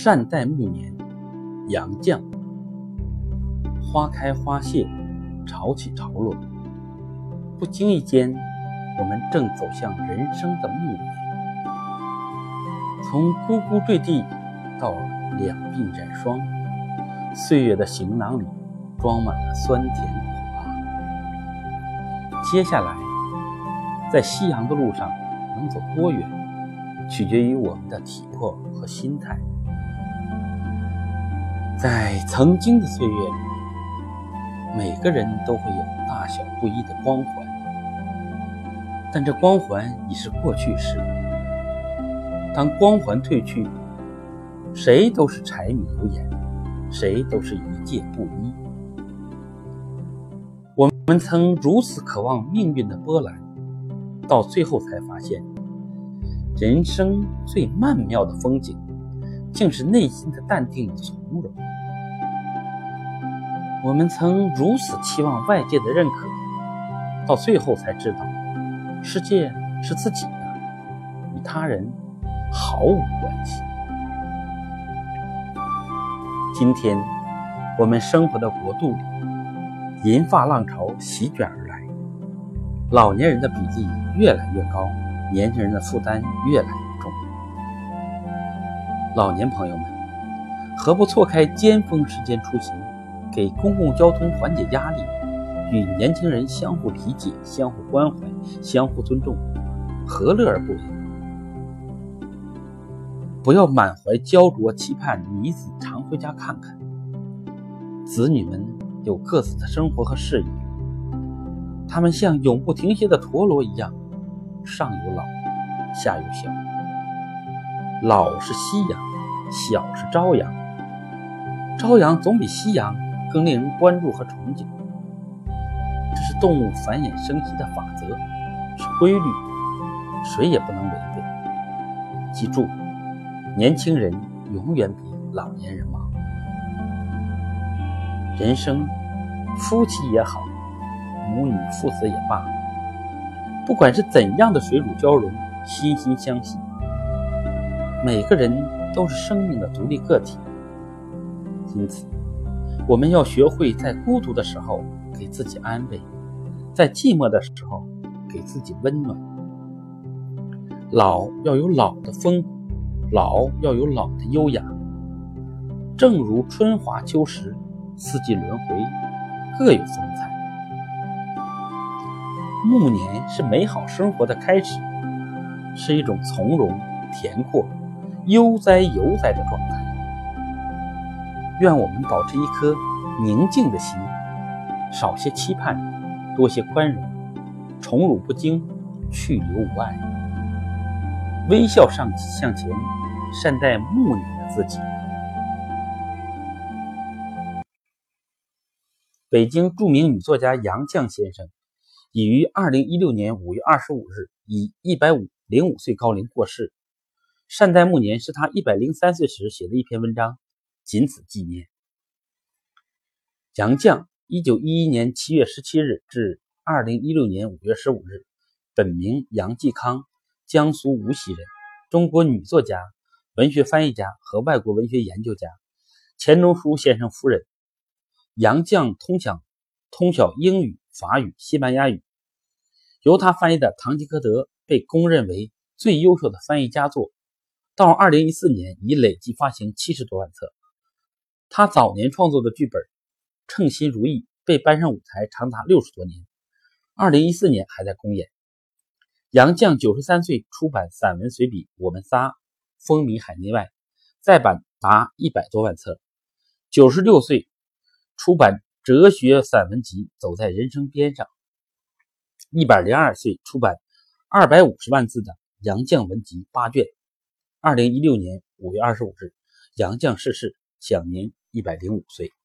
善待暮年，杨绛。花开花谢，潮起潮落，不经意间，我们正走向人生的暮年。从呱呱坠地到两鬓染霜，岁月的行囊里装满了酸甜苦辣。接下来，在夕阳的路上能走多远，取决于我们的体魄和心态。在曾经的岁月里，每个人都会有大小不一的光环，但这光环已是过去式。当光环褪去，谁都是柴米油盐，谁都是一介布衣。我们曾如此渴望命运的波澜，到最后才发现，人生最曼妙的风景，竟是内心的淡定与从容。我们曾如此期望外界的认可，到最后才知道，世界是自己的，与他人毫无关系。今天，我们生活的国度里，银发浪潮席卷而来，老年人的比例越来越高，年轻人的负担越来越重。老年朋友们，何不错开尖峰时间出行，给公共交通缓解压力，与年轻人相互理解、相互关怀、相互尊重，何乐而不为？不要满怀焦灼期盼女子常回家看看，子女们有各自的生活和事业，他们像永不停歇的陀螺一样，上有老，下有小。老是夕阳，小是朝阳，朝阳总比夕阳更令人关注和憧憬。这是动物繁衍生息的法则，是规律，谁也不能违背。记住，年轻人永远比老年人忙。人生，夫妻也好，母女父子也罢，不管是怎样的水乳交融、心心相惜，每个人都是生命的独立个体。因此，我们要学会在孤独的时候给自己安慰，在寂寞的时候给自己温暖。老要有老的风骨，老要有老的优雅。正如春华秋实，四季轮回，各有风采。暮年是美好生活的开始，是一种从容、恬阔、悠哉游哉的状态。愿我们保持一颗宁静的心，少些期盼，多些宽容，宠辱不惊，去留无碍，微笑向前，善待暮年的自己。北京著名女作家杨绛先生已于2016年5月25日以105岁高龄过世。善待暮年是他103岁时写的一篇文章，仅此纪念。杨绛1911年7月17日至2016年5月15日，本名杨继康，江苏无锡人，中国女作家、文学翻译家和外国文学研究家，钱钟书先生夫人。杨绛通晓英语、法语、西班牙语，由他翻译的《堂吉诃德》被公认为最优秀的翻译佳作，到2014年已累计发行70多万册。他早年创作的剧本《称心如意》被搬上舞台长达60多年，2014年还在公演。杨绛93岁出版散文随笔《我们仨》，风靡海内外，再版达100多万册。96岁出版哲学散文集《走在人生边上》，102岁出版250万字的《杨绛文集》8卷。2016年5月25日，杨绛逝世，享年105岁。